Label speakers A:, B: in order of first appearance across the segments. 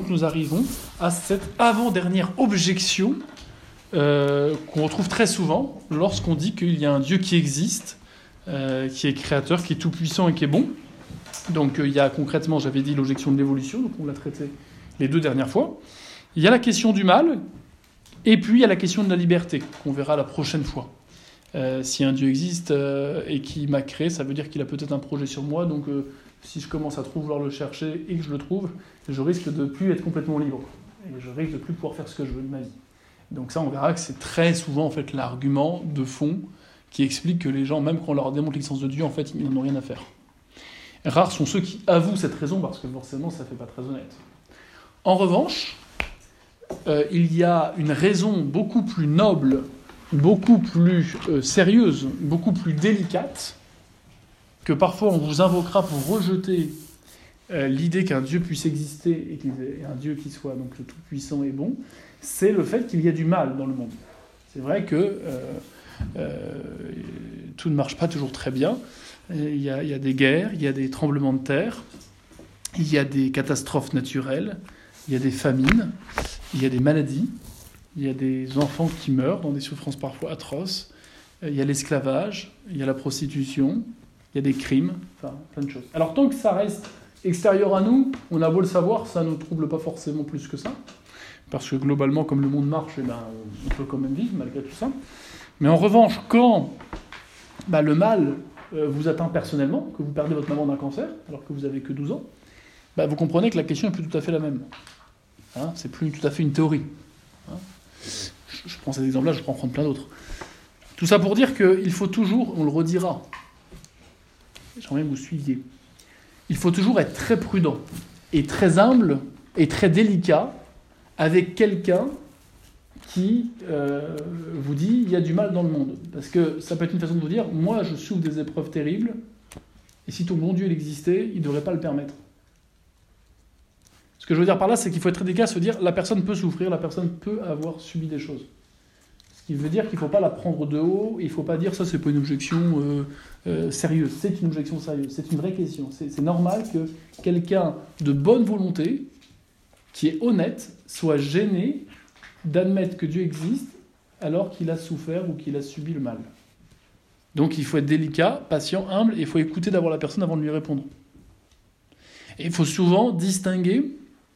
A: donc nous arrivons à cette avant-dernière objection qu'on retrouve très souvent lorsqu'on dit qu'il y a un Dieu qui existe, qui est créateur, qui est tout-puissant et qui est bon. Donc il y a concrètement, j'avais dit, l'objection de l'évolution, donc on l'a traité les 2 dernières fois. Il y a la question du mal, et puis il y a la question de la liberté, qu'on verra la prochaine fois. Si un Dieu existe et qui m'a créé, ça veut dire qu'il a peut-être un projet sur moi, donc si je commence à trop vouloir le chercher et que je le trouve, je risque de ne plus être complètement libre. Et je risque de ne plus pouvoir faire ce que je veux de ma vie. Donc ça, on verra que c'est très souvent en fait, l'argument de fond qui explique que les gens, même quand on leur démontre l'existence de Dieu, en fait, ils n'en ont rien à faire. Rares sont ceux qui avouent cette raison, parce que forcément, ça ne fait pas très honnête. En revanche, il y a une raison beaucoup plus noble, beaucoup plus sérieuse, beaucoup plus délicate, que parfois on vous invoquera pour rejeter l'idée qu'un Dieu puisse exister et qu'il y ait un Dieu qui soit donc le tout-puissant et bon, c'est le fait qu'il y a du mal dans le monde. C'est vrai que tout ne marche pas toujours très bien. Il y a des guerres, il y a des tremblements de terre, il y a des catastrophes naturelles, il y a des famines, il y a des maladies, il y a des enfants qui meurent dans des souffrances parfois atroces, il y a l'esclavage, il y a la prostitution, il y a des crimes, enfin plein de choses. Alors tant que ça reste extérieur à nous, on a beau le savoir, ça ne nous trouble pas forcément plus que ça, parce que globalement, comme le monde marche, on peut quand même vivre malgré tout ça. Mais en revanche, quand le mal vous atteint personnellement, que vous perdez votre maman d'un cancer, alors que vous n'avez que 12 ans, vous comprenez que la question n'est plus tout à fait la même. C'est plus tout à fait une théorie. Je prends cet exemple-là, je peux en prendre plein d'autres. Tout ça pour dire qu'il faut toujours, on le redira, j'aimerais que vous suiviez, il faut toujours être très prudent et très humble et très délicat avec quelqu'un qui vous dit il y a du mal dans le monde. Parce que ça peut être une façon de vous dire moi je souffre des épreuves terribles et si ton bon Dieu il existait, il ne devrait pas le permettre. Ce que je veux dire par là, c'est qu'il faut être très délicat, se dire la personne peut souffrir, la personne peut avoir subi des choses. Ce qui veut dire qu'il ne faut pas la prendre de haut, et il ne faut pas dire ça c'est pas une objection sérieuse. C'est une objection sérieuse, c'est une vraie question. C'est normal que quelqu'un de bonne volonté, qui est honnête, soit gêné d'admettre que Dieu existe alors qu'il a souffert ou qu'il a subi le mal. Donc il faut être délicat, patient, humble, et il faut écouter d'abord la personne avant de lui répondre. Et il faut souvent distinguer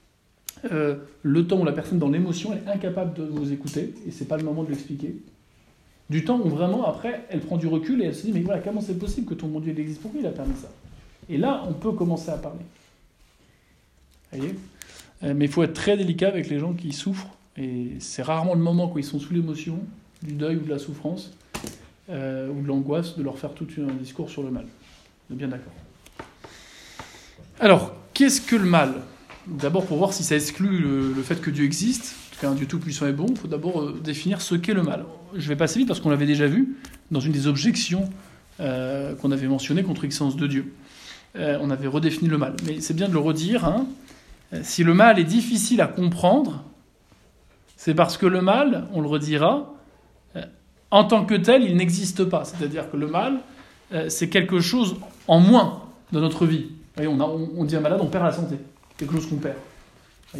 A: le temps où la personne dans l'émotion est incapable de vous écouter, et c'est pas le moment de l'expliquer, du temps où vraiment après elle prend du recul et elle se dit mais voilà, comment c'est possible que ton bon Dieu existe, pourquoi il a permis ça? Et là on peut commencer à parler. Vous voyez? Mais il faut être très délicat avec les gens qui souffrent, et c'est rarement le moment quand ils sont sous l'émotion, du deuil ou de la souffrance, ou de l'angoisse, de leur faire tout un discours sur le mal. On est bien d'accord. Alors, qu'est-ce que le mal? D'abord, pour voir si ça exclut le fait que Dieu existe, qu'un Dieu tout-puissant est bon, il faut d'abord définir ce qu'est le mal. Je vais passer vite parce qu'on l'avait déjà vu dans une des objections qu'on avait mentionnées contre l'existence de Dieu. On avait redéfini le mal. Mais c'est bien de le redire. Si le mal est difficile à comprendre, c'est parce que le mal, on le redira, en tant que tel, il n'existe pas. C'est-à-dire que le mal, c'est quelque chose en moins dans notre vie. Vous voyez, on dit un malade, on perd la santé. Quelque chose qu'on perd. Vous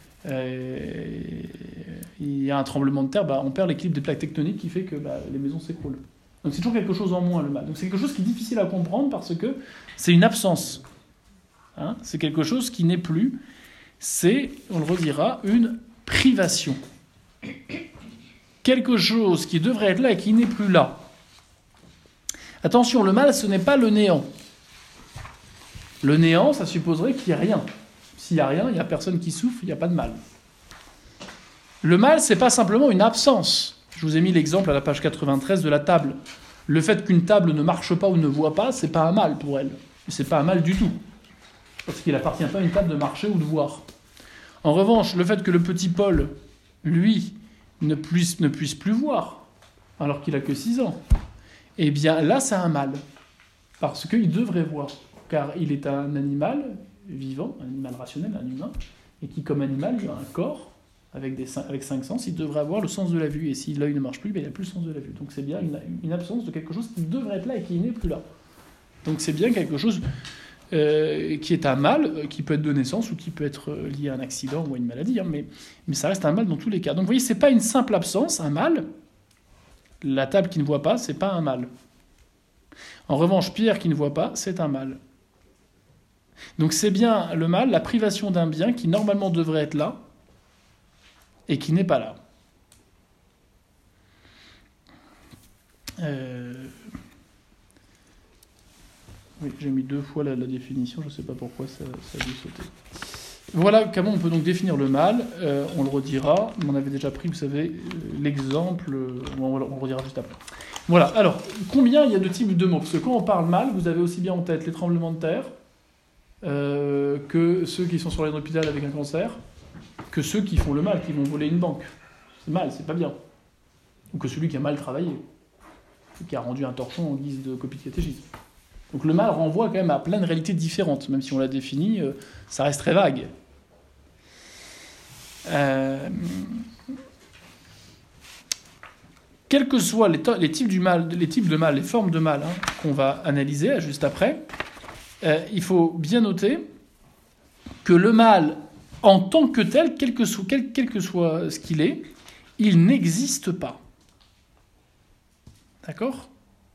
A: voyez, il y a un tremblement de terre, on perd l'équilibre des plaques tectoniques qui fait que les maisons s'écroulent. Donc c'est toujours quelque chose en moins, le mal. Donc c'est quelque chose qui est difficile à comprendre parce que c'est une absence. C'est quelque chose qui n'est plus. C'est, on le redira, une privation. Quelque chose qui devrait être là et qui n'est plus là. Attention, le mal, ce n'est pas le néant. Le néant, ça supposerait qu'il n'y ait rien. S'il n'y a rien, il n'y a personne qui souffre, il n'y a pas de mal. Le mal, ce n'est pas simplement une absence. Je vous ai mis l'exemple à la page 93 de la table. Le fait qu'une table ne marche pas ou ne voit pas, ce n'est pas un mal pour elle. Ce n'est pas un mal du tout. Parce qu'il n'appartient pas à une table de marcher ou de voir. En revanche, le fait que le petit Paul, lui, ne puisse plus voir, alors qu'il n'a que 6 ans, eh bien là, c'est un mal. Parce qu'il devrait voir. Car il est un animal vivant, un animal rationnel, un humain, et qui, comme animal, il a un corps avec 5 sens, il devrait avoir le sens de la vue. Et si l'œil ne marche plus, il n'y a plus le sens de la vue. Donc c'est bien une absence de quelque chose qui devrait être là et qui n'est plus là. Donc c'est bien quelque chose qui est un mal, qui peut être de naissance ou qui peut être lié à un accident ou à une maladie, hein, mais ça reste un mal dans tous les cas. Donc vous voyez, c'est pas une simple absence, un mal. La table qui ne voit pas, c'est pas un mal. En revanche, Pierre qui ne voit pas, c'est un mal. Donc c'est bien le mal, la privation d'un bien qui normalement devrait être là et qui n'est pas là. Oui, j'ai mis 2 fois la définition, je ne sais pas pourquoi ça a dû sauter. Voilà comment on peut donc définir le mal. On le redira, on avait déjà pris, vous savez, l'exemple, on le redira juste après. Voilà, alors, combien il y a de types de mots? Parce que quand on parle mal, vous avez aussi bien en tête les tremblements de terre, que ceux qui sont sur l'aide d'hôpital avec un cancer, que ceux qui font le mal, qui vont voler une banque. C'est mal, c'est pas bien. Ou que celui qui a mal travaillé, qui a rendu un torchon en guise de copie de catéchisme. Donc le mal renvoie quand même à plein de réalités différentes, même si on l'a défini, ça reste très vague. Quels que soient les types de mal, les formes de mal qu'on va analyser juste après, il faut bien noter que le mal, en tant que tel, quel que soit ce qu'il est, il n'existe pas. D'accord ?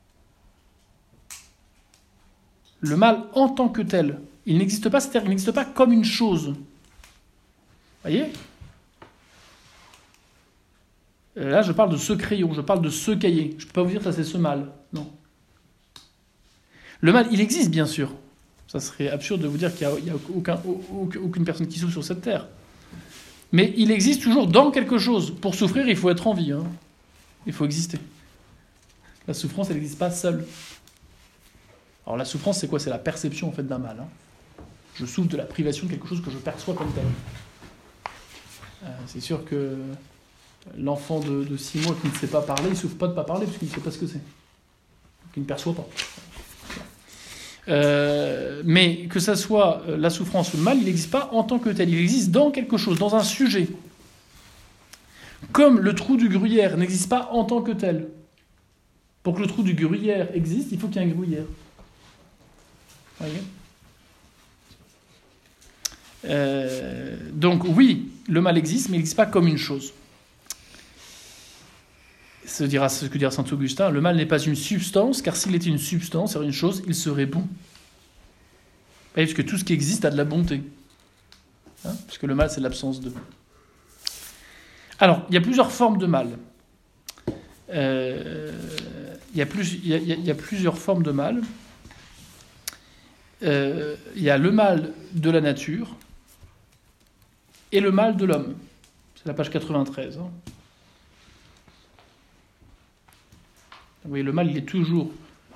A: Le mal en tant que tel, il n'existe pas, c'est-à-dire qu'il n'existe pas comme une chose. Vous voyez ? Là, je parle de ce crayon, je parle de ce cahier. Je ne peux pas vous dire que ça c'est ce mal. Non. Le mal, il existe bien sûr. Ça serait absurde de vous dire qu'il n'y a aucune personne qui souffre sur cette terre. Mais il existe toujours dans quelque chose. Pour souffrir, il faut être en vie. Hein. Il faut exister. La souffrance, elle n'existe pas seule. Alors la souffrance, c'est quoi ? C'est la perception en fait d'un mal. Hein. Je souffre de la privation de quelque chose que je perçois comme tel. C'est sûr que l'enfant de 6 mois qui ne sait pas parler, il ne souffre pas de ne pas parler parce qu'il ne sait pas ce que c'est. Donc il ne perçoit pas. Mais que ça soit la souffrance ou le mal, il n'existe pas en tant que tel. Il existe dans quelque chose, dans un sujet. Comme le trou du gruyère n'existe pas en tant que tel. Pour que le trou du gruyère existe, il faut qu'il y ait un gruyère. Voyez ? Donc oui, le mal existe, mais il n'existe pas comme une chose. Ce que dira saint Augustin, le mal n'est pas une substance, car s'il était une substance, c'est-à-dire une chose, il serait bon. Parce que tout ce qui existe a de la bonté. Hein ? Parce que le mal, c'est l'absence de. Alors, il y a plusieurs formes de mal. Il y a plusieurs formes de mal. Il y a le mal de la nature et le mal de l'homme. C'est la page 93. Hein. Vous voyez, le mal, il est toujours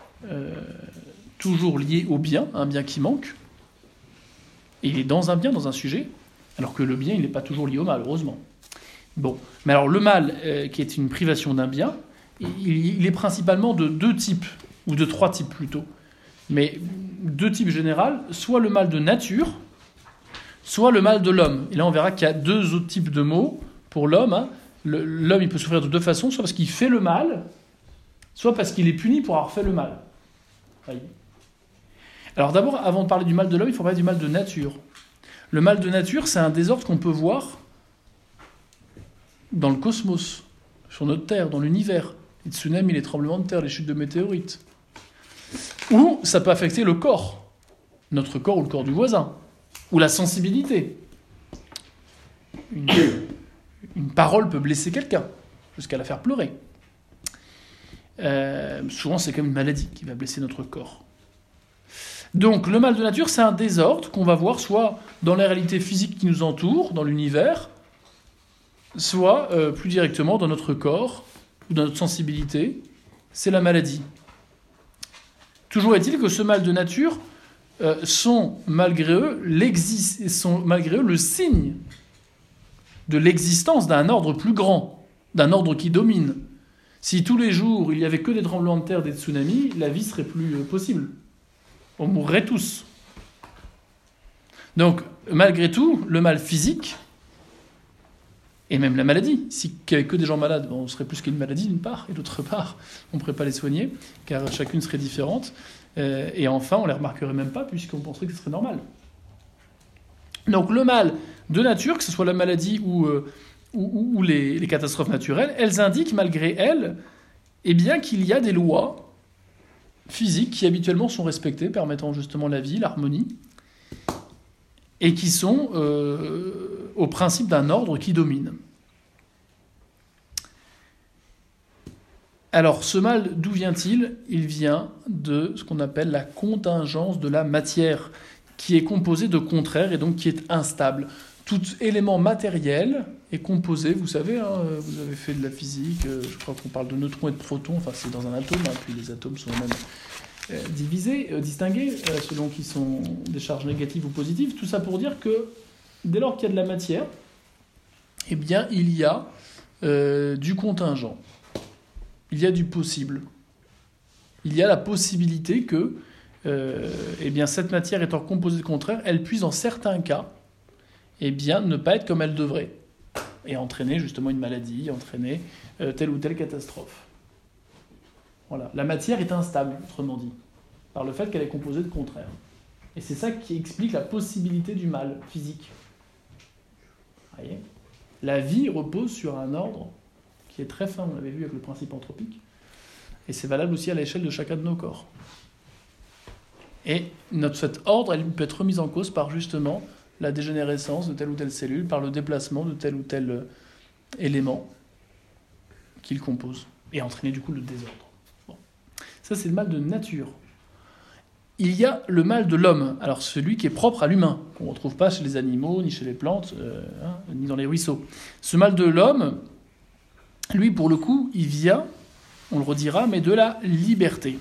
A: lié au bien, un bien qui manque. Et il est dans un bien, dans un sujet, alors que le bien, il n'est pas toujours lié au mal, heureusement. Bon, mais alors le mal, qui est une privation d'un bien, il est principalement de 2 types, ou de 3 types plutôt. Mais 2 types généraux, soit le mal de nature, soit le mal de l'homme. Et là, on verra qu'il y a 2 autres types de mots pour l'homme. Hein. L'homme, il peut souffrir de 2 façons, soit parce qu'il fait le mal, soit parce qu'il est puni pour avoir fait le mal. Voyez. Alors d'abord, avant de parler du mal de l'homme, il faut parler du mal de nature. Le mal de nature, c'est un désordre qu'on peut voir dans le cosmos, sur notre Terre, dans l'univers. Les tsunamis, les tremblements de terre, les chutes de météorites. Ou ça peut affecter le corps, notre corps ou le corps du voisin, ou la sensibilité. Une parole peut blesser quelqu'un, jusqu'à la faire pleurer. Souvent, c'est comme une maladie qui va blesser notre corps. Donc, le mal de nature, c'est un désordre qu'on va voir soit dans la réalité physique qui nous entoure, dans l'univers, soit plus directement dans notre corps ou dans notre sensibilité. C'est la maladie. Toujours est-il que ce mal de nature sont malgré eux le signe de l'existence d'un ordre plus grand, d'un ordre qui domine. Si tous les jours il n'y avait que des tremblements de terre, des tsunamis, la vie serait plus possible. On mourrait tous. Donc, malgré tout, le mal physique, et même la maladie, s'il n'y avait que des gens malades, on serait plus qu'une maladie d'une part, et d'autre part, on ne pourrait pas les soigner, car chacune serait différente. Et enfin, on ne les remarquerait même pas puisqu'on penserait que ce serait normal. Donc le mal de nature, que ce soit la maladie ou les catastrophes naturelles, elles indiquent malgré elles eh bien, qu'il y a des lois physiques qui habituellement sont respectées, permettant justement la vie, l'harmonie, et qui sont au principe d'un ordre qui domine. Alors, ce mal, d'où vient-il ? Il vient de ce qu'on appelle la contingence de la matière, qui est composée de contraires et donc qui est instable. Tout élément matériel est composé, vous savez, vous avez fait de la physique, je crois qu'on parle de neutrons et de protons, enfin c'est dans un atome, puis les atomes sont même distingués, selon qu'ils sont des charges négatives ou positives. Tout ça pour dire que dès lors qu'il y a de la matière, eh bien il y a du contingent. Il y a du possible. Il y a la possibilité que eh bien, cette matière étant composée de contraires, elle puisse dans certains cas eh bien, ne pas être comme elle devrait et entraîner justement une maladie, entraîner telle ou telle catastrophe. Voilà. La matière est instable, autrement dit, par le fait qu'elle est composée de contraires. Et c'est ça qui explique la possibilité du mal physique. Vous voyez ? La vie repose sur un ordre qui est très fin, on l'avait vu avec le principe anthropique, et c'est valable aussi à l'échelle de chacun de nos corps. Et cet ordre, elle peut être remise en cause par justement la dégénérescence de telle ou telle cellule, par le déplacement de tel ou tel élément qu'il compose, et entraîner du coup le désordre. Bon. Ça, c'est le mal de nature. Il y a le mal de l'homme, alors celui qui est propre à l'humain, qu'on ne retrouve pas chez les animaux, ni chez les plantes, ni dans les ruisseaux. Ce mal de l'homme, lui, pour le coup, il vient, on le redira, mais de la liberté.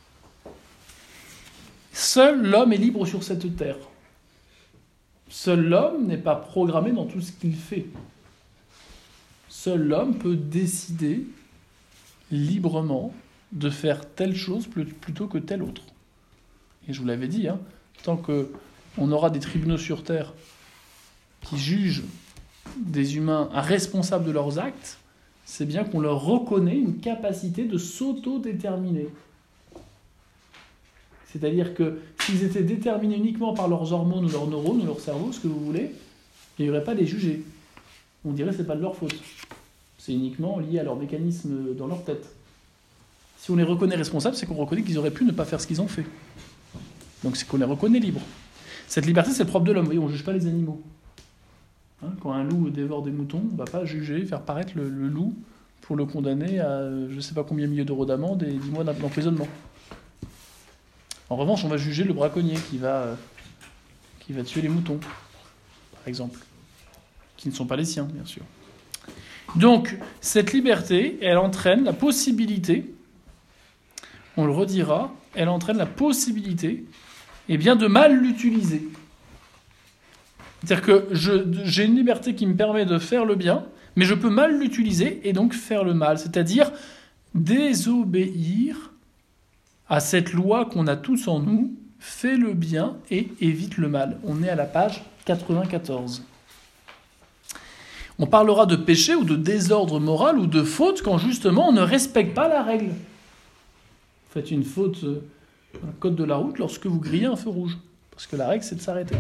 A: Seul l'homme est libre sur cette terre. Seul l'homme n'est pas programmé dans tout ce qu'il fait. Seul l'homme peut décider librement de faire telle chose plutôt que telle autre. Et je vous l'avais dit, tant qu'on aura des tribunaux sur terre qui jugent des humains responsables de leurs actes, c'est bien qu'on leur reconnaît une capacité de s'auto-déterminer. C'est-à-dire que s'ils étaient déterminés uniquement par leurs hormones ou leurs neurones ou leur cerveau, ce que vous voulez, il n'y aurait pas à les juger. On dirait que ce n'est pas de leur faute. C'est uniquement lié à leur mécanisme dans leur tête. Si on les reconnaît responsables, c'est qu'on reconnaît qu'ils auraient pu ne pas faire ce qu'ils ont fait. Donc c'est qu'on les reconnaît libres. Cette liberté, c'est le propre de l'homme. Vous voyez, on ne juge pas les animaux. Quand un loup dévore des moutons, on ne va pas juger, faire paraître le loup pour le condamner à je ne sais pas combien de milliers d'euros d'amende et 10 mois d'emprisonnement. En revanche, on va juger le braconnier qui va tuer les moutons, par exemple, qui ne sont pas les siens, bien sûr. Donc, cette liberté, elle entraîne la possibilité, on le redira, elle entraîne la possibilité de mal l'utiliser. C'est-à-dire que j'ai une liberté qui me permet de faire le bien, mais je peux mal l'utiliser et donc faire le mal. C'est-à-dire désobéir à cette loi qu'on a tous en nous, fais le bien et évite le mal. On est à la page 94. On parlera de péché ou de désordre moral ou de faute quand justement on ne respecte pas la règle. Vous faites une faute dans le code de la route lorsque vous grillez un feu rouge. Parce que la règle, c'est de s'arrêter.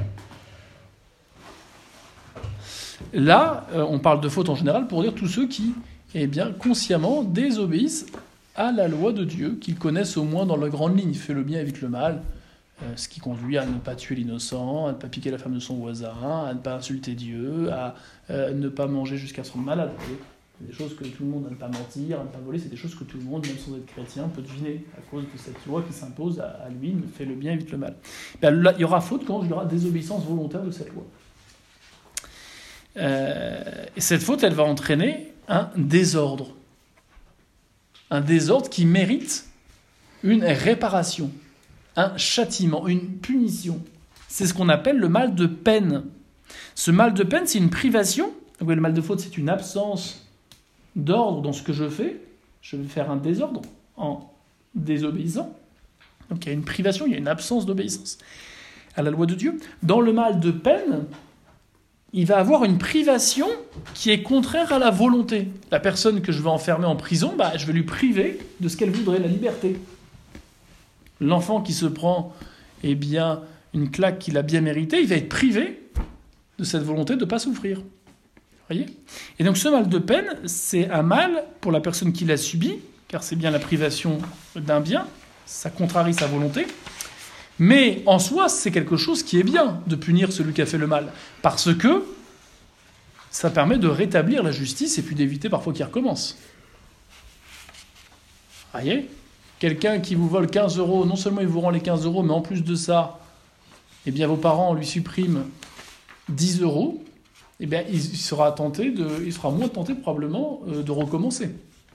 A: Là, on parle de faute en général pour dire tous ceux qui, consciemment, désobéissent à la loi de Dieu, qu'ils connaissent au moins dans la grande ligne. Fais le bien, évite le mal. Ce qui conduit à ne pas tuer l'innocent, à ne pas piquer la femme de son voisin, à ne pas insulter Dieu, à ne pas manger jusqu'à se rendre malade. C'est des choses que tout le monde, à ne pas mentir, à ne pas voler, c'est des choses que tout le monde, même sans être chrétien, peut deviner à cause de cette loi qui s'impose à lui, fais le bien, évite le mal. Là, il y aura faute quand il y aura désobéissance volontaire de cette loi. Et cette faute, elle va entraîner un désordre. Un désordre qui mérite une réparation, un châtiment, une punition. C'est ce qu'on appelle le mal de peine. Ce mal de peine, c'est une privation. Donc, le mal de faute, c'est une absence d'ordre dans ce que je fais. Je vais faire un désordre en désobéissant. Donc il y a une privation, il y a une absence d'obéissance à la loi de Dieu. Dans le mal de peine, il va avoir une privation qui est contraire à la volonté. La personne que je vais enfermer en prison, je vais lui priver de ce qu'elle voudrait, la liberté. L'enfant qui se prend une claque qu'il a bien méritée, il va être privé de cette volonté de ne pas souffrir. Voyez ? Et donc ce mal de peine, c'est un mal pour la personne qui l'a subi, car c'est bien la privation d'un bien, ça contrarie sa volonté. Mais en soi, c'est quelque chose qui est bien de punir celui qui a fait le mal, parce que ça permet de rétablir la justice et puis d'éviter parfois qu'il recommence. Voyez ? Quelqu'un qui vous vole 15 euros, non seulement il vous rend les 15 euros, mais en plus de ça, eh bien vos parents lui suppriment 10 euros, eh bien, il sera moins tenté probablement de recommencer.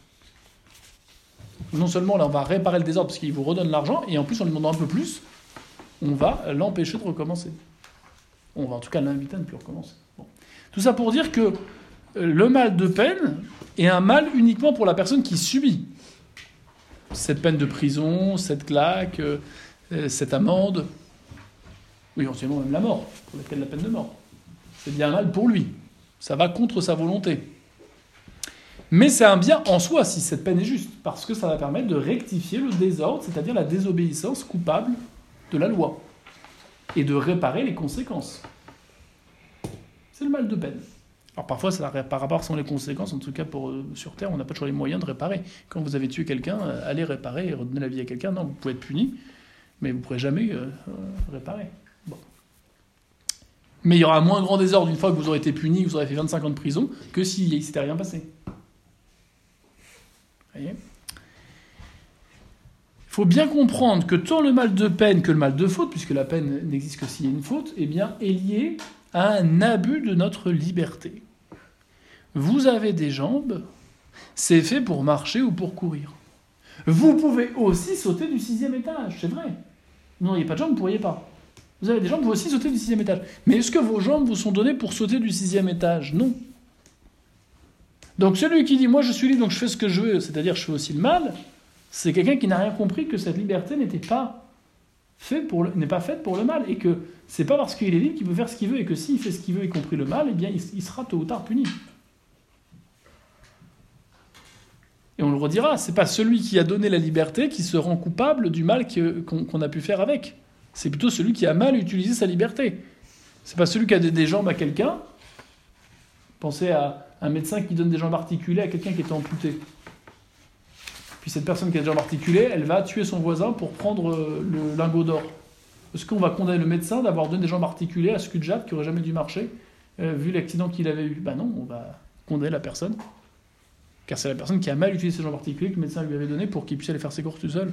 A: Non seulement là, on va réparer le désordre parce qu'il vous redonne l'argent, et en plus, en lui demandant un peu plus, on va l'empêcher de recommencer. On va en tout cas l'inviter à ne plus recommencer. Bon. Tout ça pour dire que le mal de peine est un mal uniquement pour la personne qui subit cette peine de prison, cette claque, cette amende, oui, éventuellement même la mort, pour laquelle la peine de mort. C'est bien mal pour lui. Ça va contre sa volonté. Mais c'est un bien en soi, si cette peine est juste, parce que ça va permettre de rectifier le désordre, c'est-à-dire la désobéissance coupable de la loi, et de réparer les conséquences. C'est le mal de peine. Alors parfois, ça par rapport sans les conséquences, en tout cas sur Terre, on n'a pas toujours les moyens de réparer. Quand vous avez tué quelqu'un, allez réparer et redonner la vie à quelqu'un. Non, vous pouvez être puni, mais vous ne pourrez jamais réparer. Bon. Mais il y aura un moins grand désordre une fois que vous aurez été puni, que vous aurez fait 25 ans de prison, que s'il ne s'était rien passé. Vous voyez ? Il faut bien comprendre que tant le mal de peine que le mal de faute, puisque la peine n'existe que s'il y a une faute, eh bien, est lié à un abus de notre liberté. Vous avez des jambes, c'est fait pour marcher ou pour courir. Vous pouvez aussi sauter du 6e étage, c'est vrai. Vous n'auriez pas de jambes, vous ne pourriez pas. Vous avez des jambes, vous pouvez aussi sauter du 6e étage. Mais est-ce que vos jambes vous sont données pour sauter du 6e étage ? Non. Donc celui qui dit « moi je suis libre, donc je fais ce que je veux », c'est-à-dire je fais aussi le mal, c'est quelqu'un qui n'a rien compris que cette liberté n'est pas faite pour le mal, et que c'est pas parce qu'il est libre qu'il peut faire ce qu'il veut, et que s'il fait ce qu'il veut, y compris le mal, eh bien il sera tôt ou tard puni. Et on le redira, c'est pas celui qui a donné la liberté qui se rend coupable du mal qu'on a pu faire avec. C'est plutôt celui qui a mal utilisé sa liberté. C'est pas celui qui a des jambes à quelqu'un. Pensez à un médecin qui donne des jambes articulées à quelqu'un qui est amputé. Puis cette personne qui a des jambes articulées, elle va tuer son voisin pour prendre le lingot d'or. Est-ce qu'on va condamner le médecin d'avoir donné des jambes articulées à ce cul-de-jatte qui n'aurait jamais dû marcher, vu l'accident qu'il avait eu ? Ben non, on va condamner la personne. Car c'est la personne qui a mal utilisé ses jambes articulées que le médecin lui avait donné pour qu'il puisse aller faire ses courses tout seul.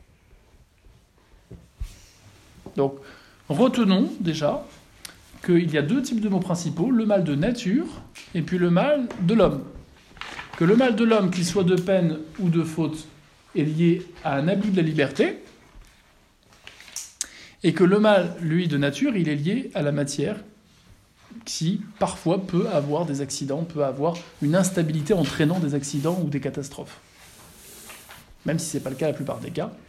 A: Donc, retenons déjà qu'il y a deux types de mots principaux, le mal de nature et puis le mal de l'homme. Que le mal de l'homme, qu'il soit de peine ou de faute, est lié à un abus de la liberté, et que le mal, lui, de nature, il est lié à la matière, qui, parfois, peut avoir des accidents, peut avoir une instabilité entraînant des accidents ou des catastrophes. Même si ce n'est pas le cas la plupart des cas.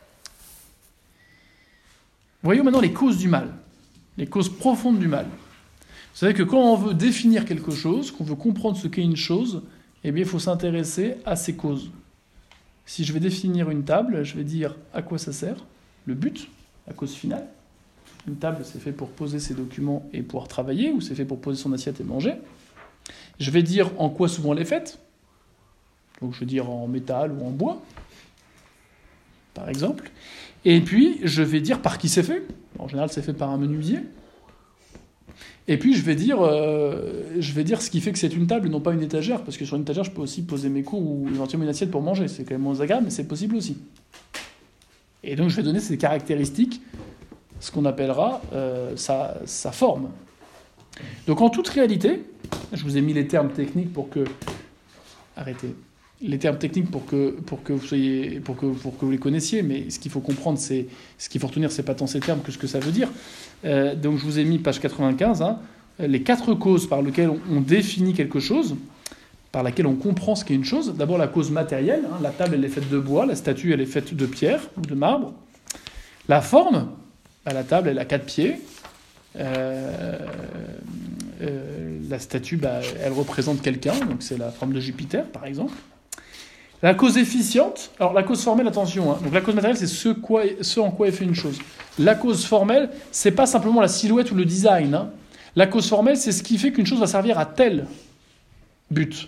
A: Voyons maintenant les causes du mal, les causes profondes du mal. Vous savez que quand on veut définir quelque chose, qu'on veut comprendre ce qu'est une chose, eh bien, il faut s'intéresser à ses causes. Si je vais définir une table, je vais dire à quoi ça sert, le but, la cause finale. Une table, c'est fait pour poser ses documents et pouvoir travailler, ou c'est fait pour poser son assiette et manger. Je vais dire en quoi souvent elle est faite. Donc je vais dire en métal ou en bois, par exemple. Et puis, je vais dire par qui c'est fait. En général, c'est fait par un menuisier. Et puis, je vais dire ce qui fait que c'est une table et non pas une étagère, parce que sur une étagère, je peux aussi poser mes cours ou éventuellement une assiette pour manger. C'est quand même moins agréable, mais c'est possible aussi. Et donc, je vais donner ces caractéristiques, ce qu'on appellera sa forme. Donc, en toute réalité, je vous ai mis les termes techniques pour que... Arrêtez. Les termes techniques pour que vous les connaissiez, mais ce qu'il faut comprendre, ce qu'il faut retenir, c'est pas tant ces termes que ce que ça veut dire. Donc je vous ai mis page 95, les 4 causes par lesquelles on définit quelque chose, par laquelle on comprend ce qu'est une chose. D'abord la cause matérielle, la table elle est faite de bois, la statue elle est faite de pierre ou de marbre. La forme, la table elle a 4 pieds. La statue elle représente quelqu'un, donc c'est la forme de Jupiter par exemple. La cause efficiente, alors la cause formelle, attention, hein, donc la cause matérielle, c'est ce en quoi est fait une chose. La cause formelle, c'est pas simplement la silhouette ou le design. Hein. La cause formelle, c'est ce qui fait qu'une chose va servir à tel but.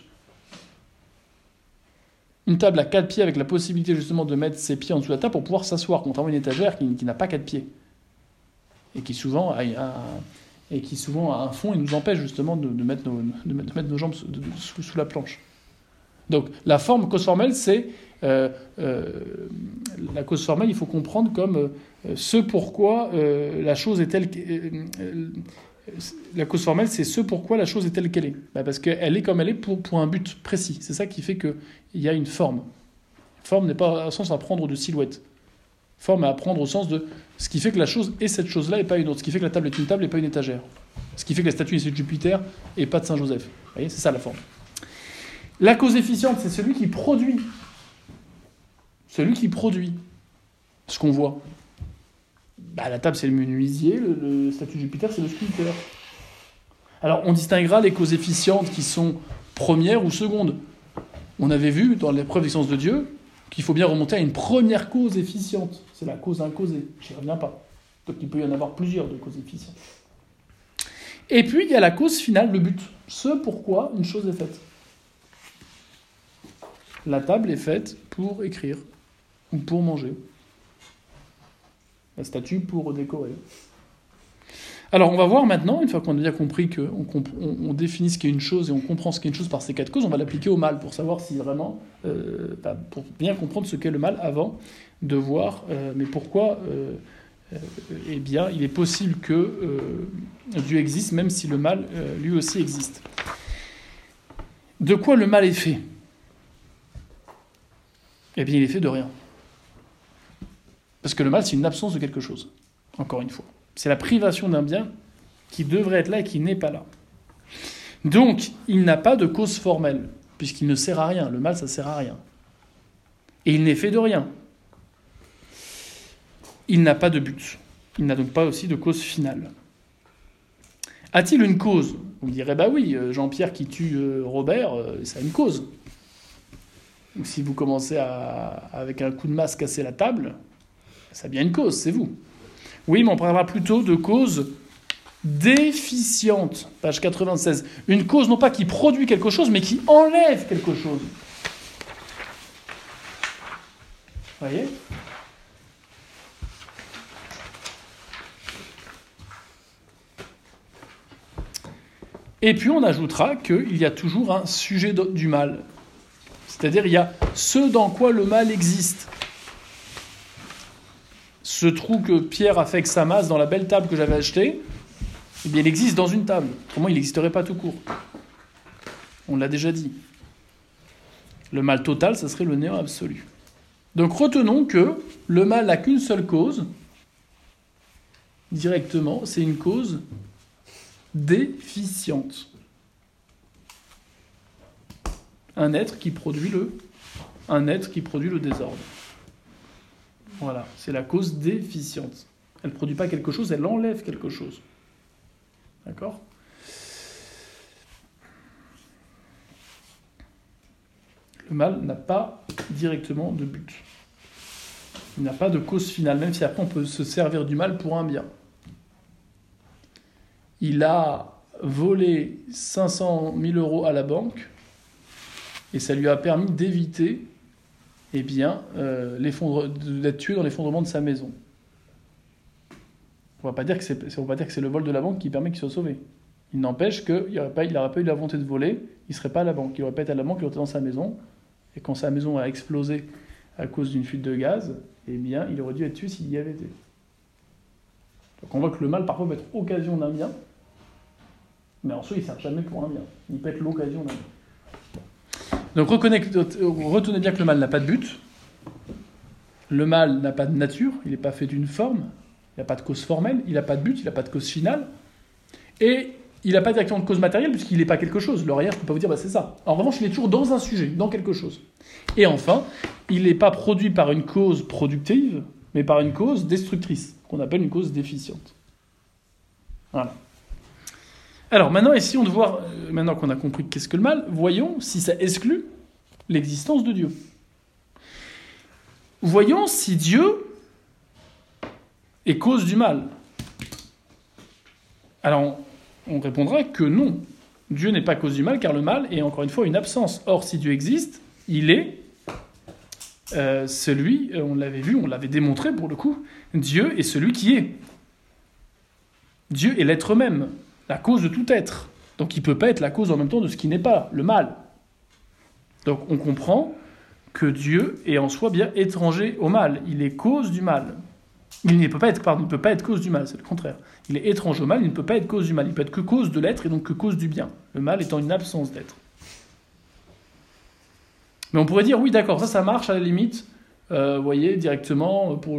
A: Une table à 4 pieds avec la possibilité justement de mettre ses pieds en dessous de la table pour pouvoir s'asseoir, contrairement à une étagère qui n'a pas 4 pieds. Et qui souvent a un fond et nous empêche justement de mettre nos jambes sous la planche. Donc la cause formelle, c'est la cause formelle, il faut comprendre comme ce pourquoi la chose est telle la cause formelle, c'est ce pourquoi la chose est telle qu'elle est. Parce qu'elle est comme elle est pour un but précis. C'est ça qui fait qu'il y a une forme. Forme n'est pas un sens à prendre de silhouette. Forme à prendre au sens de ce qui fait que la chose est cette chose-là et pas une autre. Ce qui fait que la table est une table et pas une étagère. Ce qui fait que la statue est de Jupiter et pas de Saint-Joseph. Vous voyez, c'est ça la forme. La cause efficiente, c'est celui qui produit. Celui qui produit ce qu'on voit. La table, c'est le menuisier, le statue de Jupiter, c'est le sculpteur. Alors, on distinguera les causes efficientes qui sont premières ou secondes. On avait vu, dans l'épreuve d'existence de Dieu, qu'il faut bien remonter à une première cause efficiente. C'est la cause incausée. Je n'y reviens pas. Donc, il peut y en avoir plusieurs de causes efficientes. Et puis, il y a la cause finale, le but. Ce pourquoi une chose est faite. La table est faite pour écrire ou pour manger. La statue pour décorer. Alors, on va voir maintenant, une fois qu'on a bien compris qu'on définit ce qu'est une chose et on comprend ce qu'est une chose par ces 4 causes, on va l'appliquer au mal pour savoir si vraiment, pour bien comprendre ce qu'est le mal avant de voir, mais pourquoi, eh bien, il est possible que Dieu existe, même si le mal, lui aussi, existe. De quoi le mal est fait ? Eh bien, il est fait de rien. Parce que le mal, c'est une absence de quelque chose. Encore une fois. C'est la privation d'un bien qui devrait être là et qui n'est pas là. Donc, il n'a pas de cause formelle, puisqu'il ne sert à rien. Le mal, ça ne sert à rien. Et il n'est fait de rien. Il n'a pas de but. Il n'a donc pas aussi de cause finale. A-t-il une cause ? On dirait, oui, Jean-Pierre qui tue Robert, ça a une cause. Donc, si vous commencez avec un coup de masse casser la table, ça a bien une cause, c'est vous. Oui, mais on parlera plutôt de cause déficiente, page 96. Une cause non pas qui produit quelque chose, mais qui enlève quelque chose. Vous voyez ? Et puis on ajoutera qu'il y a toujours un sujet du mal. C'est-à-dire il y a ce dans quoi le mal existe. Ce trou que Pierre a fait avec sa masse dans la belle table que j'avais achetée, eh bien, il existe dans une table. Autrement, il n'existerait pas tout court. On l'a déjà dit. Le mal total, ça serait le néant absolu. Donc, retenons que le mal n'a qu'une seule cause, directement, c'est une cause déficiente. Un être qui produit le désordre. Voilà, c'est la cause déficiente. Elle ne produit pas quelque chose, elle enlève quelque chose. D'accord ? Le mal n'a pas directement de but. Il n'a pas de cause finale, même si après on peut se servir du mal pour un bien. Il a volé 500 000 € à la banque et ça lui a permis d'éviter d'être tué dans l'effondrement de sa maison. On ne va pas dire que c'est le vol de la banque qui permet qu'il soit sauvé. Il n'empêche qu'il n'aurait pas eu la volonté de voler, il ne serait pas à la banque. Il n'aurait pas été à la banque, il aurait été dans sa maison. Et quand sa maison a explosé à cause d'une fuite de gaz, eh bien, il aurait dû être tué s'il y avait été. Donc on voit que le mal, parfois, peut être occasion d'un bien, mais en soi, il ne sert jamais pour un bien. Il peut être l'occasion d'un bien. Donc retenez bien que le mal n'a pas de but, le mal n'a pas de nature, il n'est pas fait d'une forme, il n'a pas de cause formelle, il n'a pas de but, il n'a pas de cause finale, et il n'a pas directement de cause matérielle puisqu'il n'est pas quelque chose. Le réel, je ne peux pas vous dire c'est ça. En revanche, il est toujours dans un sujet, dans quelque chose. Et enfin, il n'est pas produit par une cause productive, mais par une cause destructrice, qu'on appelle une cause déficiente. Voilà. Alors maintenant, essayons de voir, maintenant qu'on a compris qu'est-ce que le mal, voyons si ça exclut l'existence de Dieu. voyons si Dieu est cause du mal. Alors, on répondra que non. Dieu n'est pas cause du mal, car le mal est encore une fois une absence. Or, si Dieu existe, il est celui, on l'avait vu, on l'avait démontré pour le coup, Dieu est celui qui est. Dieu est l'être même, la cause de tout être. Donc il ne peut pas être la cause en même temps de ce qui n'est pas, le mal. Donc on comprend que Dieu est en soi bien étranger au mal. Il est cause du mal. Il ne peut pas être cause du mal, c'est le contraire. Il est étranger au mal, il ne peut pas être cause du mal. Il peut être que cause de l'être et donc que cause du bien. Le mal étant une absence d'être. Mais on pourrait dire, oui d'accord, ça marche à la limite, vous voyez, directement pour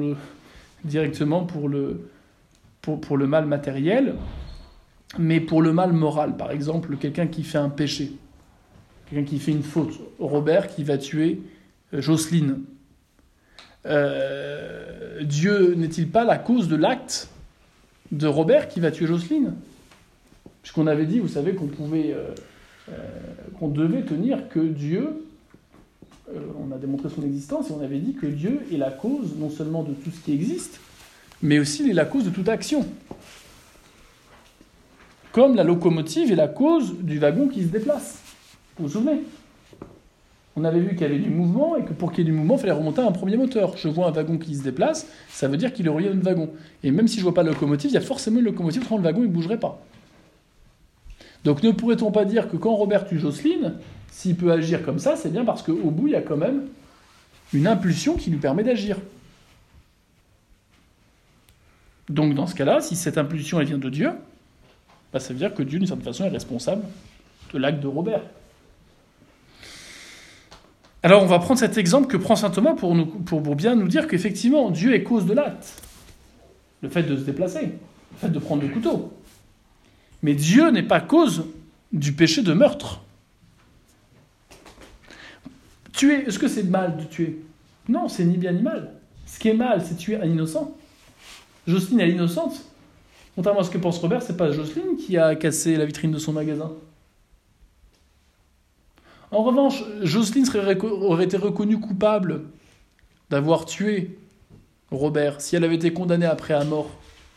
A: le mal matériel, mais pour le mal moral, par exemple, quelqu'un qui fait un péché, quelqu'un qui fait une faute, Robert qui va tuer Jocelyne. Dieu n'est-il pas la cause de l'acte de Robert qui va tuer Jocelyne ? Puisqu'on avait dit, vous savez, qu'on devait tenir que Dieu, on a démontré son existence, et on avait dit que Dieu est la cause non seulement de tout ce qui existe, mais aussi il est la cause de toute action. Comme la locomotive est la cause du wagon qui se déplace. Vous vous souvenez ? On avait vu qu'il y avait du mouvement, et que pour qu'il y ait du mouvement, il fallait remonter à un premier moteur. Je vois un wagon qui se déplace, ça veut dire qu'il est relié à un wagon. Et même si je ne vois pas de locomotive, il y a forcément une locomotive, autrement le wagon ne bougerait pas. Donc ne pourrait-on pas dire que quand Robert tue Jocelyne, s'il peut agir comme ça, c'est bien parce qu'au bout, il y a quand même une impulsion qui lui permet d'agir. Donc dans ce cas-là, si cette impulsion elle vient de Dieu, ça veut dire que Dieu, d'une certaine façon, est responsable de l'acte de Robert. Alors on va prendre cet exemple que prend saint Thomas pour bien nous dire qu'effectivement, Dieu est cause de l'acte. Le fait de se déplacer, le fait de prendre le couteau. Mais Dieu n'est pas cause du péché de meurtre. Tuer, est-ce que c'est mal de tuer ? Non, c'est ni bien ni mal. Ce qui est mal, c'est tuer un innocent. Jocelyne, elle est innocente. Contrairement à ce que pense Robert, c'est pas Jocelyne qui a cassé la vitrine de son magasin. En revanche, Jocelyne aurait été reconnue coupable d'avoir tué Robert si elle avait été condamnée après à mort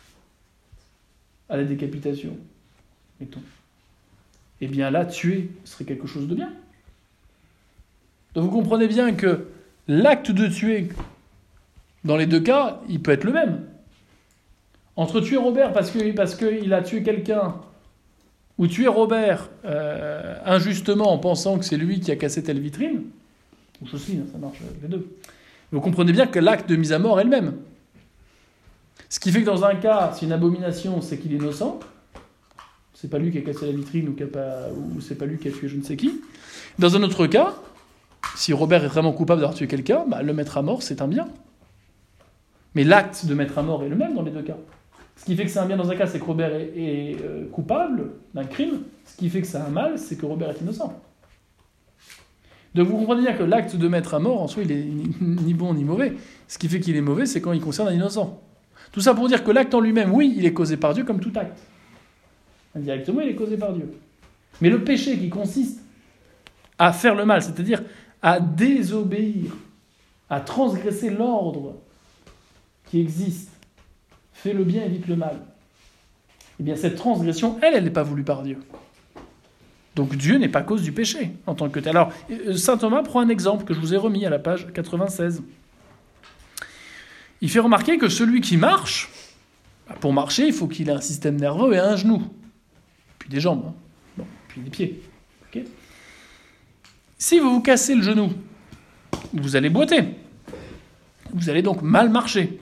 A: à la décapitation, mettons. Eh bien là, tuer serait quelque chose de bien. Donc vous comprenez bien que l'acte de tuer, dans les deux cas, il peut être le même. Entre tuer Robert parce qu'il a tué quelqu'un, ou tuer Robert injustement en pensant que c'est lui qui a cassé telle vitrine, ou Jocelyne, ça marche les deux. Vous comprenez bien que l'acte de mise à mort est le même. Ce qui fait que dans un cas, c'est une abomination, c'est qu'il est innocent. C'est pas lui qui a cassé la vitrine ou c'est pas lui qui a tué je ne sais qui. Dans un autre cas, si Robert est vraiment coupable d'avoir tué quelqu'un, le mettre à mort, c'est un bien. Mais l'acte de mettre à mort est le même dans les deux cas. Ce qui fait que c'est un bien dans un cas, c'est que Robert est coupable d'un crime. Ce qui fait que c'est un mal, c'est que Robert est innocent. Donc vous comprenez bien que l'acte de mettre à mort, en soi, il est ni bon ni mauvais. Ce qui fait qu'il est mauvais, c'est quand il concerne un innocent. Tout ça pour dire que l'acte en lui-même, oui, il est causé par Dieu comme tout acte. Indirectement, il est causé par Dieu. Mais le péché qui consiste à faire le mal, c'est-à-dire à désobéir, à transgresser l'ordre qui existe, fait le bien, évite le mal. Eh bien, cette transgression, elle n'est pas voulue par Dieu. Donc Dieu n'est pas cause du péché en tant que tel. Alors, saint Thomas prend un exemple que je vous ai remis à la page 96. Il fait remarquer que celui qui marche, pour marcher, il faut qu'il ait un système nerveux et un genou. Puis des jambes, puis des pieds. Okay. Si vous vous cassez le genou, vous allez boiter. Vous allez donc mal marcher.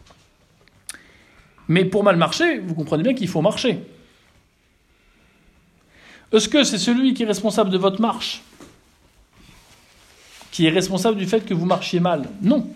A: Mais pour mal marcher, vous comprenez bien qu'il faut marcher. Est-ce que c'est celui qui est responsable de votre marche qui est responsable du fait que vous marchiez mal ? Non.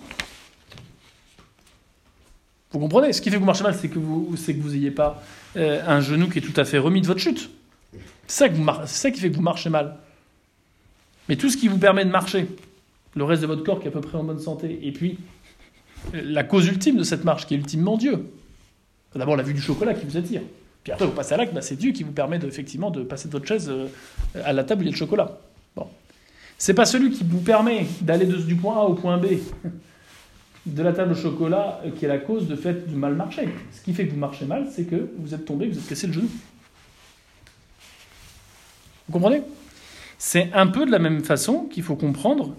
A: Vous comprenez ? Ce qui fait que vous marchez mal, c'est que vous n'ayez pas un genou qui est tout à fait remis de votre chute. C'est ça qui fait que vous marchez mal. Mais tout ce qui vous permet de marcher, le reste de votre corps qui est à peu près en bonne santé, et puis la cause ultime de cette marche, qui est ultimement Dieu. D'abord, la vue du chocolat qui vous attire. Puis après, vous passez à l'acte, c'est Dieu qui vous permet effectivement de passer de votre chaise à la table où il y a le chocolat. Bon. C'est pas celui qui vous permet d'aller du point A au point B de la table au chocolat qui est la cause de fait du mal marcher. Ce qui fait que vous marchez mal, c'est que vous êtes tombé, vous êtes cassé le genou. Vous comprenez ? C'est un peu de la même façon qu'il faut comprendre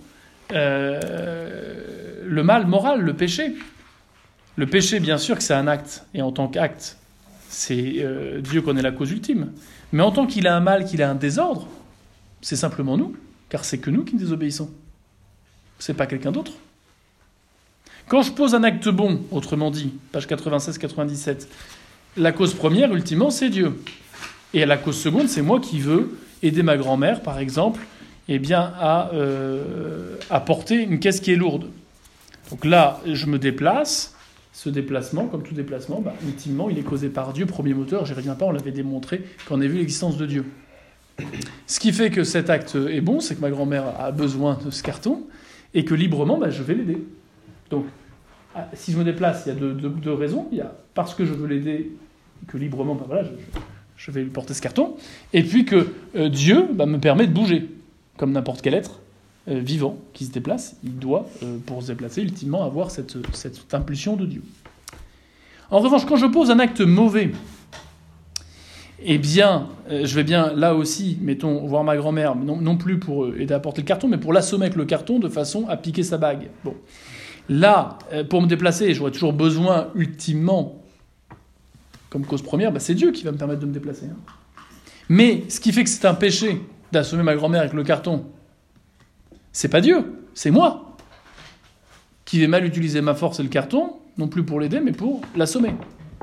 A: le mal moral, le péché. Le péché, bien sûr que c'est un acte, et en tant qu'acte, c'est Dieu connaît la cause ultime. Mais en tant qu'il a un mal, qu'il a un désordre, c'est simplement nous, car c'est que nous qui nous désobéissons. C'est pas quelqu'un d'autre. Quand je pose un acte bon, autrement dit, page 96-97, la cause première, ultimement, c'est Dieu. Et la cause seconde, c'est moi qui veux aider ma grand-mère, par exemple, eh bien, à porter une caisse qui est lourde. Donc là, je me déplace. Ce déplacement, comme tout déplacement, ultimement, il est causé par Dieu, premier moteur. J'y reviens pas, on l'avait démontré quand on a vu l'existence de Dieu. Ce qui fait que cet acte est bon, c'est que ma grand-mère a besoin de ce carton et que librement, je vais l'aider. Donc, si je me déplace, il y a deux raisons. Il y a parce que je veux l'aider, que librement, je vais lui porter ce carton. Et puis que Dieu me permet de bouger, comme n'importe quel être vivant qui se déplace. Il doit, pour se déplacer, ultimement avoir cette impulsion de Dieu. En revanche, quand je pose un acte mauvais, eh bien, je vais bien, là aussi, mettons, voir ma grand-mère, non plus pour aider à porter le carton, mais pour l'assommer avec le carton de façon à piquer sa bague. Bon. Là, pour me déplacer, j'aurais toujours besoin, ultimement, comme cause première, c'est Dieu qui va me permettre de me déplacer. Hein. Mais ce qui fait que c'est un péché d'assommer ma grand-mère avec le carton, c'est pas Dieu, c'est moi qui vais mal utiliser ma force et le carton, non plus pour l'aider, mais pour l'assommer.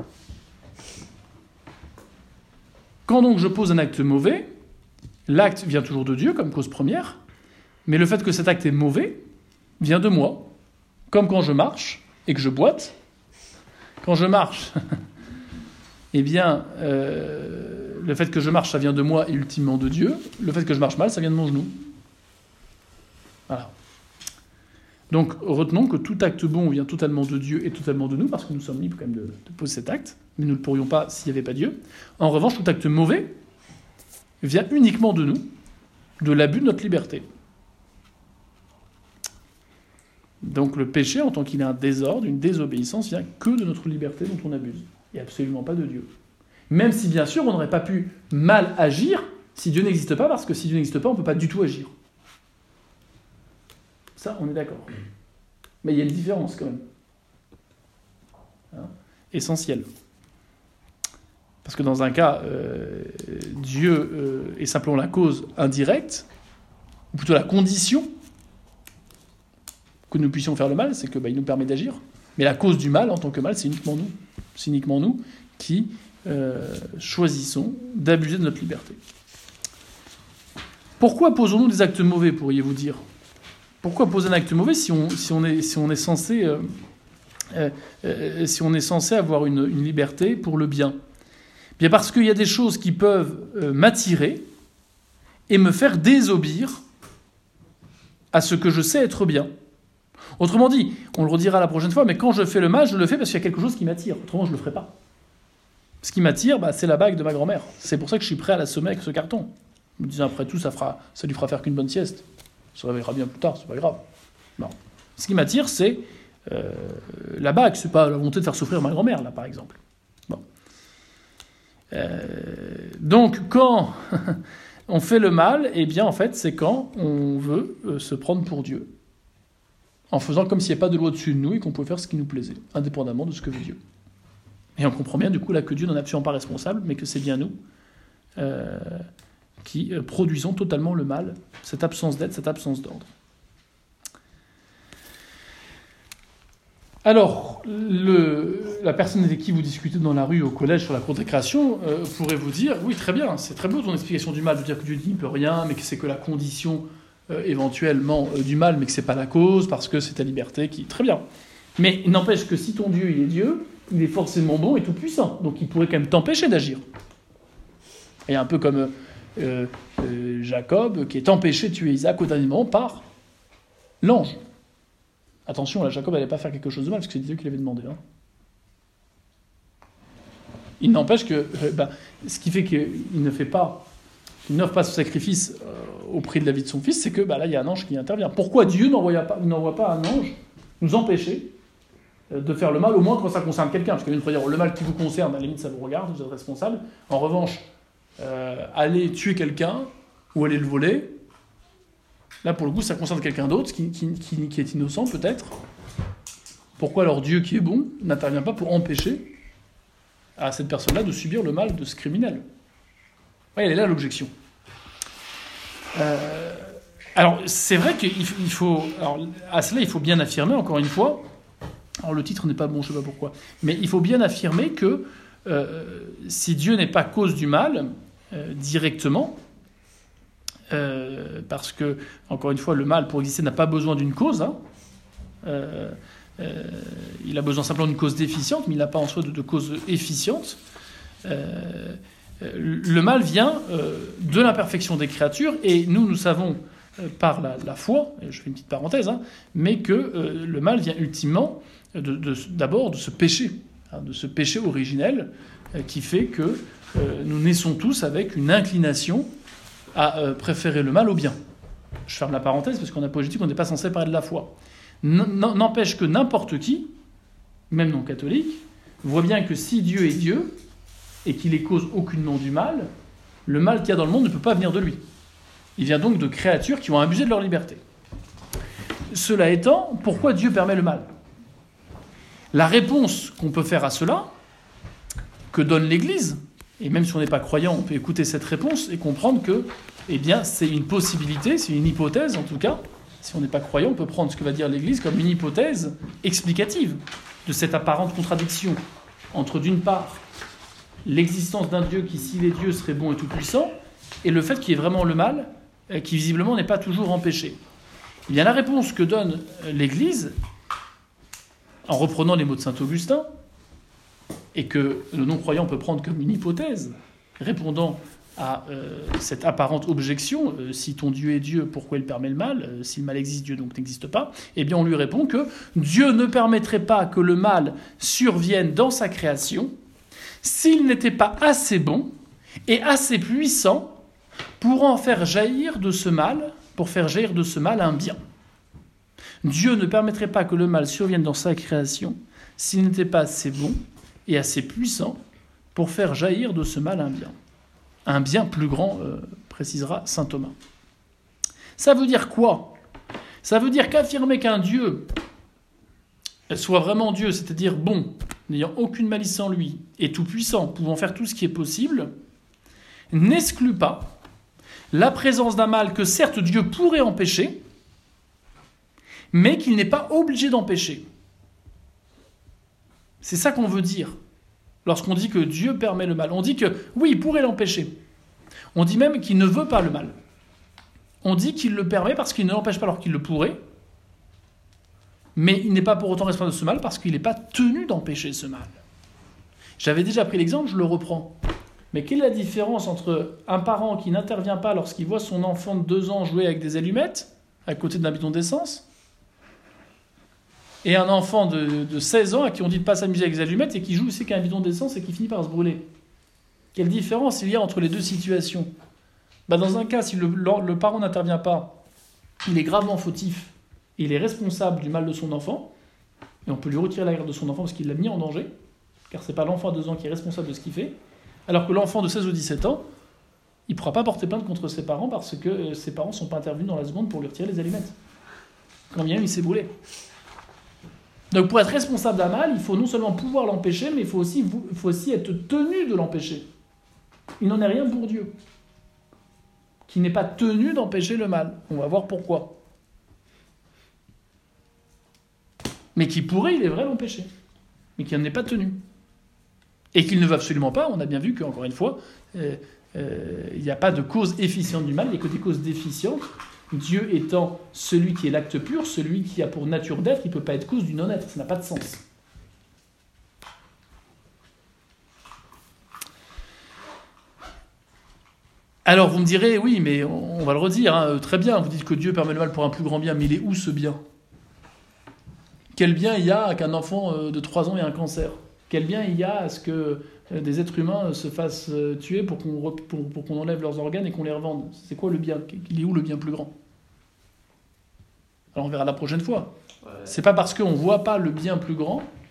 A: Quand donc je pose un acte mauvais, l'acte vient toujours de Dieu comme cause première, mais le fait que cet acte est mauvais vient de moi. Comme quand je marche et que je boite. Quand je marche, eh bien, le fait que je marche, ça vient de moi et ultimement de Dieu. Le fait que je marche mal, ça vient de mon genou. Voilà. Donc, retenons que tout acte bon vient totalement de Dieu et totalement de nous, parce que nous sommes libres quand même de poser cet acte, mais nous ne le pourrions pas s'il n'y avait pas Dieu. En revanche, tout acte mauvais vient uniquement de nous, de l'abus de notre liberté. Donc le péché, en tant qu'il a un désordre, une désobéissance, vient que de notre liberté dont on abuse, et absolument pas de Dieu. Même si, bien sûr, on n'aurait pas pu mal agir si Dieu n'existe pas, parce que si Dieu n'existe pas, on ne peut pas du tout agir. Ça, on est d'accord. Mais il y a une différence quand même. Hein, essentielle. Parce que dans un cas, Dieu est simplement la cause indirecte, ou plutôt la condition que nous puissions faire le mal, c'est qu'il nous permet d'agir. Mais la cause du mal, en tant que mal, c'est uniquement nous. C'est uniquement nous qui choisissons d'abuser de notre liberté. Pourquoi posons-nous des actes mauvais, pourriez-vous dire ? Pourquoi poser un acte mauvais si on est censé avoir une liberté pour le bien ? Bien parce qu'il y a des choses qui peuvent m'attirer et me faire désobéir à ce que je sais être bien. Autrement dit, on le redira la prochaine fois, mais quand je fais le mal, je le fais parce qu'il y a quelque chose qui m'attire. Autrement, je ne le ferai pas. Ce qui m'attire, c'est la bague de ma grand-mère. C'est pour ça que je suis prêt à l'assommer avec ce carton. Je me disais, après tout, ça lui fera faire qu'une bonne sieste. Il se réveillera bien plus tard, c'est pas grave. Non. Ce qui m'attire, c'est la bague. C'est pas la volonté de faire souffrir ma grand-mère, là, par exemple. Bon. Donc, quand on fait le mal, eh bien, en fait, c'est quand on veut se prendre pour Dieu. En faisant comme s'il n'y avait pas de loi au-dessus de nous et qu'on pouvait faire ce qui nous plaisait, indépendamment de ce que veut Dieu. Et on comprend bien, du coup, là, que Dieu n'en est absolument pas responsable, mais que c'est bien nous qui produisons totalement le mal, cette absence d'aide, cette absence d'ordre. Alors, la personne avec qui vous discutez dans la rue, au collège, sur la cour de récréation, pourrait vous dire, oui, très bien, c'est très beau ton explication du mal, de dire que Dieu ne peut rien, mais que c'est que la condition éventuellement du mal, mais que c'est pas la cause, parce que c'est ta liberté qui... Très bien. Mais il n'empêche que si ton Dieu, il est Dieu, il est forcément bon et tout-puissant. Donc il pourrait quand même t'empêcher d'agir. Et un peu comme Jacob, qui est empêché de tuer Isaac au dernier moment par l'ange. Attention, là, Jacob n'allait pas faire quelque chose de mal, parce que c'est Dieu qui l'avait demandé. Hein. Il n'empêche que... ce qui fait qu'il n'offre pas ce sacrifice au prix de la vie de son fils, c'est que là, il y a un ange qui intervient. Pourquoi Dieu n'envoie pas un ange nous empêcher de faire le mal, au moins quand ça concerne quelqu'un. Parce que pourrait dire, le mal qui vous concerne, à la limite, ça vous regarde, vous êtes responsable. En revanche, aller tuer quelqu'un ou aller le voler, là, pour le coup, ça concerne quelqu'un d'autre qui est innocent, peut-être. Pourquoi alors Dieu, qui est bon, n'intervient pas pour empêcher à cette personne-là de subir le mal de ce criminel? Ouais, elle est là, l'objection. Alors, c'est vrai qu'il faut... Alors, à cela, il faut bien affirmer, encore une fois... Alors, le titre n'est pas bon, je ne sais pas pourquoi. Mais il faut bien affirmer que si Dieu n'est pas cause du mal, directement, parce que, encore une fois, le mal, pour exister, n'a pas besoin d'une cause. Il a besoin simplement d'une cause déficiente, mais il n'a pas en soi de cause efficiente. Le mal vient de l'imperfection des créatures, et nous savons par la foi, et je fais une petite parenthèse, mais que le mal vient ultimement d'abord de ce péché, de ce péché originel qui fait que nous naissons tous avec une inclination à préférer le mal au bien. Je ferme la parenthèse parce qu'en apologétique, on n'est pas censé parler de la foi. N'empêche que n'importe qui, même non catholique, voit bien que si Dieu est Dieu, et qu'il est cause aucunement du mal, le mal qu'il y a dans le monde ne peut pas venir de lui. Il vient donc de créatures qui ont abusé de leur liberté. Cela étant, pourquoi Dieu permet le mal ? La réponse qu'on peut faire à cela, que donne l'Église, et même si on n'est pas croyant, on peut écouter cette réponse et comprendre que, eh bien, c'est une possibilité, c'est une hypothèse en tout cas. Si on n'est pas croyant, on peut prendre ce que va dire l'Église comme une hypothèse explicative de cette apparente contradiction entre, d'une part, l'existence d'un Dieu qui, s'il est Dieu, serait bon et tout-puissant, et le fait qu'il y ait vraiment le mal, qui visiblement n'est pas toujours empêché. Eh bien, la réponse que donne l'Église, en reprenant les mots de saint Augustin, et que le non-croyant peut prendre comme une hypothèse, répondant à cette apparente objection, si ton Dieu est Dieu, pourquoi il permet le mal ? Si le mal existe, Dieu donc n'existe pas. Eh bien, on lui répond que Dieu ne permettrait pas que le mal survienne dans sa création s'il n'était pas assez bon et assez puissant pour en faire jaillir de ce mal, pour faire jaillir de ce mal un bien. Dieu ne permettrait pas que le mal survienne dans sa création s'il n'était pas assez bon et assez puissant pour faire jaillir de ce mal un bien. Un bien plus grand, précisera saint Thomas. Ça veut dire quoi ? Ça veut dire qu'affirmer qu'un Dieu soit vraiment Dieu, c'est-à-dire bon, n'ayant aucune malice en lui, et tout-puissant, pouvant faire tout ce qui est possible, n'exclut pas la présence d'un mal que certes Dieu pourrait empêcher, mais qu'il n'est pas obligé d'empêcher. C'est ça qu'on veut dire lorsqu'on dit que Dieu permet le mal. On dit que, oui, il pourrait l'empêcher. On dit même qu'il ne veut pas le mal. On dit qu'il le permet parce qu'il ne l'empêche pas alors qu'il le pourrait, mais il n'est pas pour autant responsable de ce mal parce qu'il n'est pas tenu d'empêcher ce mal. J'avais déjà pris l'exemple, je le reprends. Mais quelle est la différence entre un parent qui n'intervient pas lorsqu'il voit son enfant de 2 ans jouer avec des allumettes à côté d'un bidon d'essence et un enfant de 16 ans à qui on dit de ne pas s'amuser avec des allumettes et qui joue aussi qu'un bidon d'essence et qui finit par se brûler? Quelle différence il y a entre les deux situations? Dans un cas, si le parent n'intervient pas, il est gravement fautif, il est responsable du mal de son enfant, et on peut lui retirer la garde de son enfant parce qu'il l'a mis en danger, car ce n'est pas l'enfant à 2 ans qui est responsable de ce qu'il fait, alors que l'enfant de 16 ou 17 ans, il ne pourra pas porter plainte contre ses parents parce que ses parents ne sont pas intervenus dans la seconde pour lui retirer les allumettes. Quand bien même il s'est brûlé. Donc pour être responsable d'un mal, il faut non seulement pouvoir l'empêcher, mais il faut aussi être tenu de l'empêcher. Il n'en est rien pour Dieu, qui n'est pas tenu d'empêcher le mal. On va voir pourquoi. Mais qui pourrait, il est vrai, l'empêcher, mais qui n'en est pas tenu. Et qu'il ne veut absolument pas, on a bien vu qu'encore une fois, il n'y a pas de cause efficiente du mal, il n'y a que des causes déficientes. Dieu étant celui qui est l'acte pur, celui qui a pour nature d'être, il ne peut pas être cause du non-être, ça n'a pas de sens. Alors vous me direz, oui, mais on va le redire, très bien, vous dites que Dieu permet le mal pour un plus grand bien, mais il est où ce bien ? Quel bien il y a qu'un enfant de 3 ans ait un cancer ? Quel bien il y a à ce que des êtres humains se fassent tuer pour qu'on enlève leurs organes et qu'on les revende ? C'est quoi le bien ? Il est où le bien plus grand ? Alors on verra la prochaine fois. Ouais. C'est pas parce qu'on ne voit pas le bien plus grand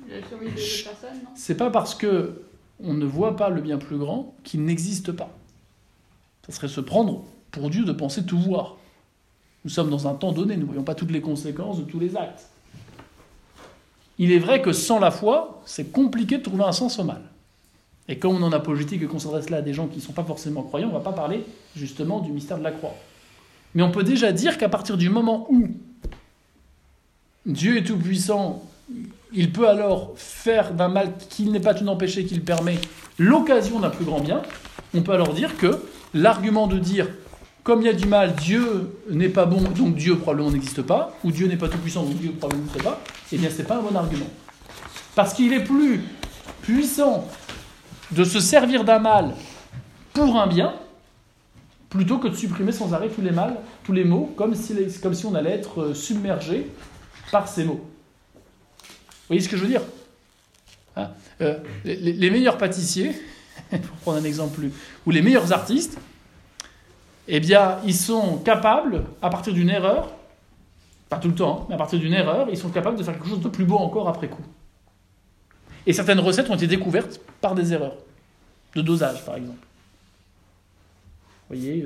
B: La survie de personnes, non?
A: C'est pas parce que on ne voit pas le bien plus grand qu'il n'existe pas. Ça serait se prendre pour Dieu de penser tout voir. Nous sommes dans un temps donné, nous ne voyons pas toutes les conséquences de tous les actes. Il est vrai que sans la foi, c'est compliqué de trouver un sens au mal. Et comme on en apologétique et qu'on s'adresse là à des gens qui ne sont pas forcément croyants, on ne va pas parler justement du mystère de la croix. Mais on peut déjà dire qu'à partir du moment où Dieu est tout-puissant, il peut alors faire d'un mal qu'il n'est pas tout empêché, qu'il permet l'occasion d'un plus grand bien. On peut alors dire que l'argument de dire comme il y a du mal, Dieu n'est pas bon, donc Dieu probablement n'existe pas, ou Dieu n'est pas tout-puissant, donc Dieu probablement n'existe pas, eh bien ce n'est pas un bon argument. Parce qu'il est plus puissant de se servir d'un mal pour un bien, plutôt que de supprimer sans arrêt tous les maux, comme si on allait être submergé par ces mots. Vous voyez ce que je veux dire, hein, les meilleurs pâtissiers, pour prendre un exemple, ou les meilleurs artistes, eh bien, ils sont capables, à partir d'une erreur, pas tout le temps, mais à partir d'une erreur, ils sont capables de faire quelque chose de plus beau encore après coup. Et certaines recettes ont été découvertes par des erreurs, de dosage par exemple. Vous voyez,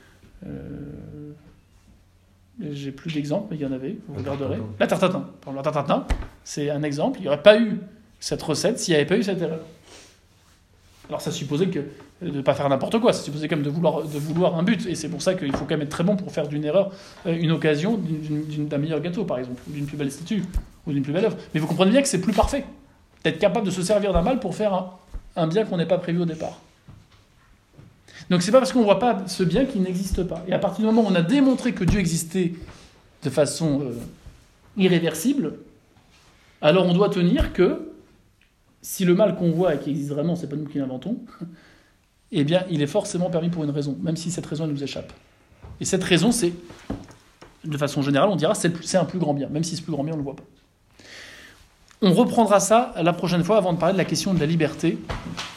A: j'ai plus d'exemples, mais il y en avait, vous regarderez. La tarte tatin. La tarte tatin, c'est un exemple. Il n'y aurait pas eu cette recette s'il n'y avait pas eu cette erreur. Alors ça supposait que de ne pas faire n'importe quoi, ça supposait quand même de vouloir un but. Et c'est pour ça qu'il faut quand même être très bon pour faire d'une erreur une occasion d'un meilleur gâteau, par exemple, ou d'une plus belle statue, ou d'une plus belle œuvre. Mais vous comprenez bien que c'est plus parfait d'être capable de se servir d'un mal pour faire un bien qu'on n'ait pas prévu au départ. Donc c'est pas parce qu'on ne voit pas ce bien qu'il n'existe pas. Et à partir du moment où on a démontré que Dieu existait de façon irréversible, alors on doit tenir que si le mal qu'on voit et qui existe vraiment, c'est pas nous qui l'inventons, eh bien il est forcément permis pour une raison, même si cette raison nous échappe. Et cette raison, c'est, de façon générale, on dira c'est un plus grand bien, même si ce plus grand bien on ne le voit pas. On reprendra ça la prochaine fois avant de parler de la question de la liberté.